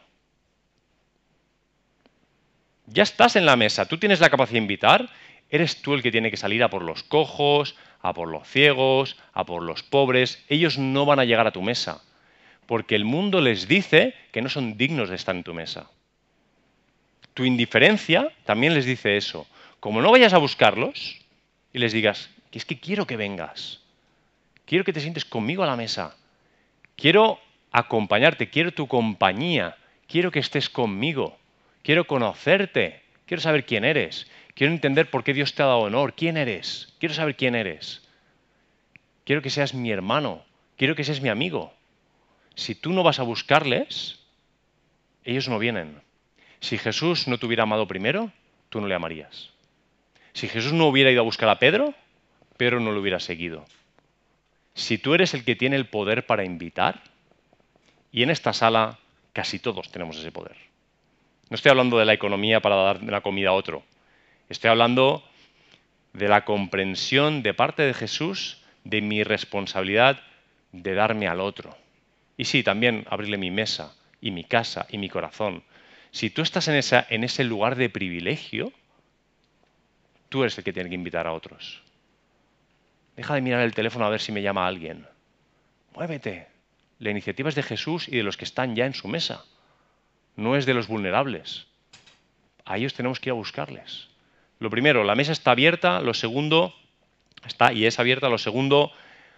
Ya estás en la mesa, tú tienes la capacidad de invitar, eres tú el que tiene que salir a por los cojos, a por los ciegos, a por los pobres. Ellos no van a llegar a tu mesa, porque el mundo les dice que no son dignos de estar en tu mesa. Tu indiferencia también les dice eso. Como no vayas a buscarlos y les digas, que es que quiero que vengas, quiero que te sientes conmigo a la mesa, quiero acompañarte, quiero tu compañía, quiero que estés conmigo, quiero conocerte, quiero saber quién eres, quiero entender por qué Dios te ha dado honor, quién eres, quiero saber quién eres, quiero que seas mi hermano, quiero que seas mi amigo. Si tú no vas a buscarles, ellos no vienen. Si Jesús no te hubiera amado primero, tú no le amarías. Si Jesús no hubiera ido a buscar a Pedro, Pedro no lo hubiera seguido. Si tú eres el que tiene el poder para invitar, y en esta sala casi todos tenemos ese poder. No estoy hablando de la economía para dar la comida a otro. Estoy hablando de la comprensión de parte de Jesús de mi responsabilidad de darme al otro. Y sí, también abrirle mi mesa y mi casa y mi corazón. Si tú estás en ese lugar de privilegio, tú eres el que tiene que invitar a otros. Deja de mirar el teléfono a ver si me llama alguien. Muévete. La iniciativa es de Jesús y de los que están ya en su mesa. No es de los vulnerables. A ellos tenemos que ir a buscarles. Lo primero, la mesa está abierta. Lo segundo, está y es abierta. Lo segundo,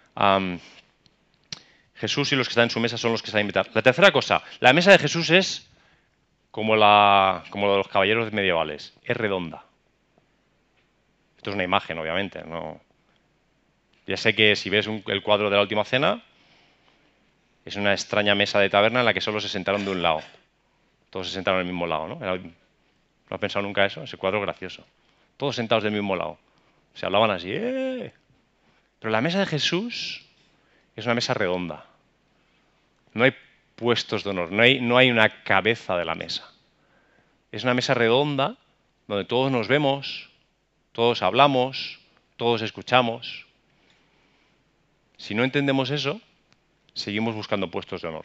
Jesús y los que están en su mesa son los que se van a invitar. La tercera cosa, la mesa de Jesús es como la de los caballeros medievales. Es redonda. Esto es una imagen, obviamente. No. Ya sé que si ves el cuadro de la Última Cena, es una extraña mesa de taberna en la que solo se sentaron de un lado. Todos se sentaron al mismo lado, ¿no? ¿No has pensado nunca eso? Ese cuadro es gracioso. Todos sentados del mismo lado. Se hablaban así, ¡eh! Pero la mesa de Jesús es una mesa redonda. No hay puestos de honor, no hay una cabeza de la mesa. Es una mesa redonda donde todos nos vemos, todos hablamos, todos escuchamos. Si no entendemos eso, seguimos buscando puestos de honor.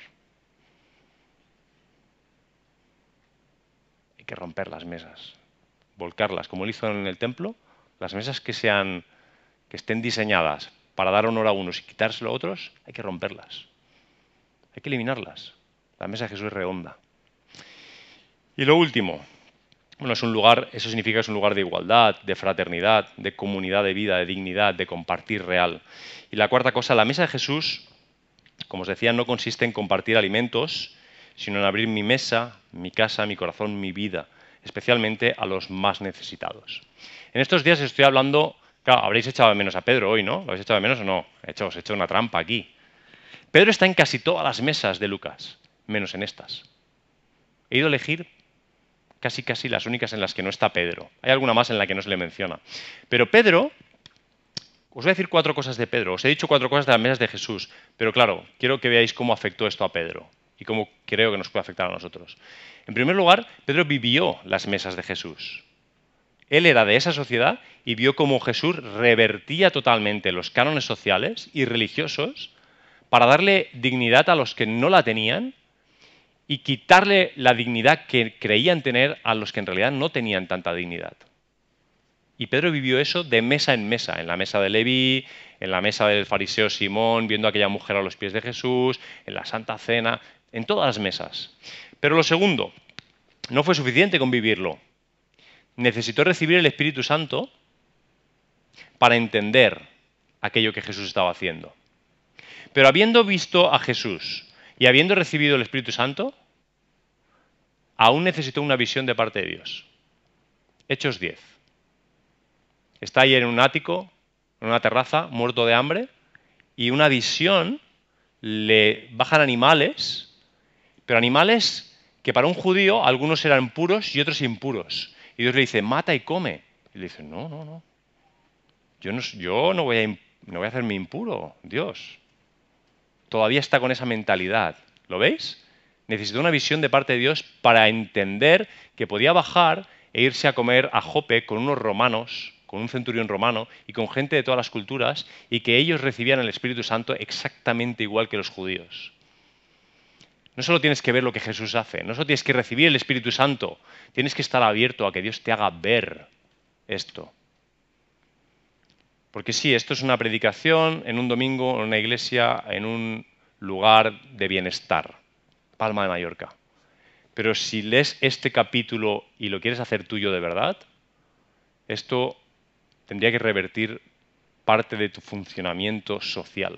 Hay que romper las mesas, volcarlas, como él hizo en el templo. Las mesas que estén diseñadas para dar honor a unos y quitárselo a otros, hay que romperlas. Hay que eliminarlas. La mesa de Jesús es redonda. Y lo último, Bueno, es un lugar, eso significa que es un lugar de igualdad, de fraternidad, de comunidad de vida, de dignidad, de compartir real. Y la cuarta cosa, la mesa de Jesús, como os decía, no consiste en compartir alimentos, sino en abrir mi mesa, mi casa, mi corazón, mi vida, especialmente a los más necesitados. En estos días estoy hablando, claro, habréis echado de menos a Pedro hoy, ¿no? ¿Lo habéis echado de menos o no? Os he hecho una trampa aquí. Pedro está en casi todas las mesas de Lucas, menos en estas. He ido a elegir casi las únicas en las que no está Pedro. Hay alguna más en la que no se le menciona. Pero Pedro, os voy a decir 4 cosas de Pedro. Os he dicho 4 cosas de las mesas de Jesús. Pero claro, quiero que veáis cómo afectó esto a Pedro y cómo creo que nos puede afectar a nosotros. En primer lugar, Pedro vivió las mesas de Jesús. Él era de esa sociedad y vio cómo Jesús revertía totalmente los cánones sociales y religiosos para darle dignidad a los que no la tenían y quitarle la dignidad que creían tener a los que en realidad no tenían tanta dignidad. Y Pedro vivió eso de mesa en la mesa de Leví, en la mesa del fariseo Simón, viendo a aquella mujer a los pies de Jesús, en la Santa Cena, en todas las mesas. Pero lo segundo, no fue suficiente con vivirlo. Necesitó recibir el Espíritu Santo para entender aquello que Jesús estaba haciendo. Pero habiendo visto a Jesús y habiendo recibido el Espíritu Santo, aún necesitó una visión de parte de Dios. Hechos 10. Está ahí en un ático, en una terraza, muerto de hambre, y una visión, le bajan animales, pero animales que para un judío algunos eran puros y otros impuros. Y Dios le dice, mata y come. Y le dice, no. Yo no voy a hacerme impuro, Dios. Todavía está con esa mentalidad. ¿Lo veis? Necesitó una visión de parte de Dios para entender que podía bajar e irse a comer a Jope con unos romanos, con un centurión romano y con gente de todas las culturas, y que ellos recibían el Espíritu Santo exactamente igual que los judíos. No solo tienes que ver lo que Jesús hace, no solo tienes que recibir el Espíritu Santo, tienes que estar abierto a que Dios te haga ver esto. Porque sí, esto es una predicación en un domingo, en una iglesia, en un lugar de bienestar, Palma de Mallorca. Pero si lees este capítulo y lo quieres hacer tuyo de verdad, esto tendría que revertir parte de tu funcionamiento social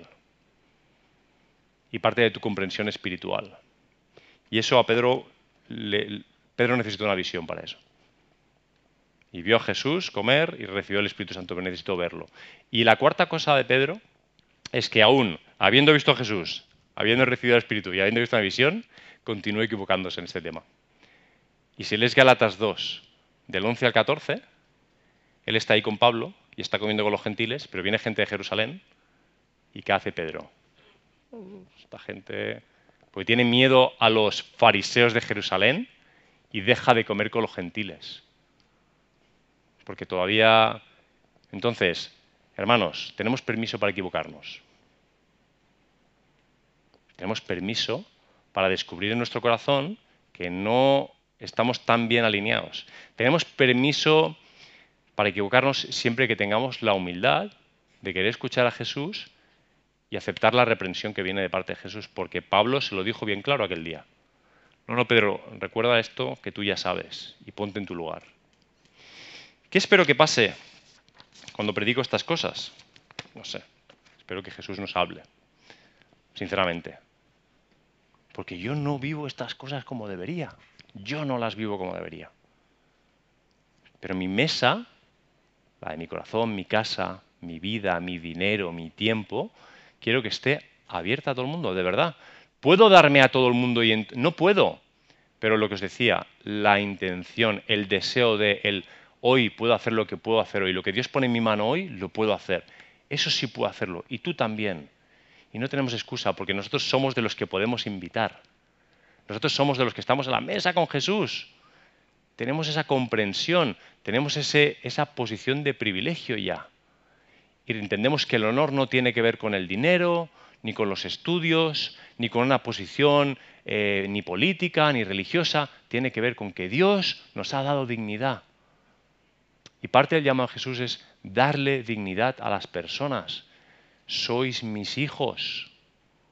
y parte de tu comprensión espiritual. Y eso a Pedro necesitó una visión para eso. Y vio a Jesús comer y recibió el Espíritu Santo, pero necesitó verlo. Y la cuarta cosa de Pedro es que aún, habiendo visto a Jesús, habiendo recibido el Espíritu y habiendo visto una visión, continúa equivocándose en este tema. Y si lees Gálatas 2, del 11 al 14, él está ahí con Pablo y está comiendo con los gentiles, pero viene gente de Jerusalén. ¿Y qué hace Pedro? Esta gente, porque tiene miedo a los fariseos de Jerusalén y deja de comer con los gentiles. Porque todavía... Entonces, hermanos, tenemos permiso para equivocarnos. Tenemos permiso para descubrir en nuestro corazón que no estamos tan bien alineados. Tenemos permiso para equivocarnos siempre que tengamos la humildad de querer escuchar a Jesús y aceptar la reprensión que viene de parte de Jesús, porque Pablo se lo dijo bien claro aquel día. No, Pedro, recuerda esto que tú ya sabes y ponte en tu lugar. ¿Qué espero que pase cuando predico estas cosas? No sé, espero que Jesús nos hable, sinceramente. Porque yo no vivo estas cosas como debería. Yo no las vivo como debería. Pero mi mesa, la de mi corazón, mi casa, mi vida, mi dinero, mi tiempo, quiero que esté abierta a todo el mundo, de verdad. ¿Puedo darme a todo el mundo? No puedo. Pero lo que os decía, la intención, el deseo de el hoy puedo hacer lo que puedo hacer hoy, lo que Dios pone en mi mano hoy, lo puedo hacer. Eso sí puedo hacerlo. Y tú también. Y no tenemos excusa, porque nosotros somos de los que podemos invitar. Nosotros somos de los que estamos en la mesa con Jesús. Tenemos esa comprensión, tenemos esa posición de privilegio ya. Y entendemos que el honor no tiene que ver con el dinero, ni con los estudios, ni con una posición ni política, ni religiosa. Tiene que ver con que Dios nos ha dado dignidad. Y parte del llamado a Jesús es darle dignidad a las personas. Sois mis hijos.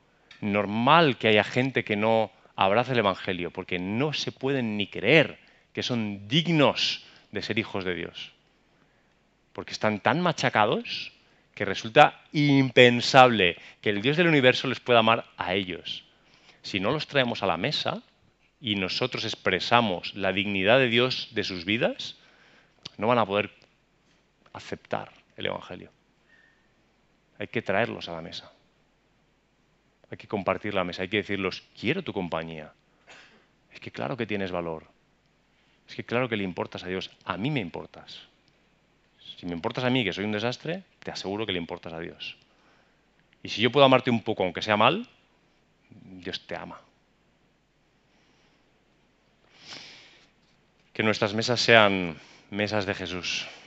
Normal que haya gente que no abrace el Evangelio, porque no se pueden ni creer que son dignos de ser hijos de Dios. Porque están tan machacados que resulta impensable que el Dios del universo les pueda amar a ellos. Si no los traemos a la mesa y nosotros expresamos la dignidad de Dios de sus vidas, no van a poder aceptar el Evangelio. Hay que traerlos a la mesa. Hay que compartir la mesa. Hay que decirles, quiero tu compañía. Es que claro que tienes valor. Es que claro que le importas a Dios. A mí me importas. Si me importas a mí, que soy un desastre, te aseguro que le importas a Dios. Y si yo puedo amarte un poco, aunque sea mal, Dios te ama. Que nuestras mesas sean mesas de Jesús.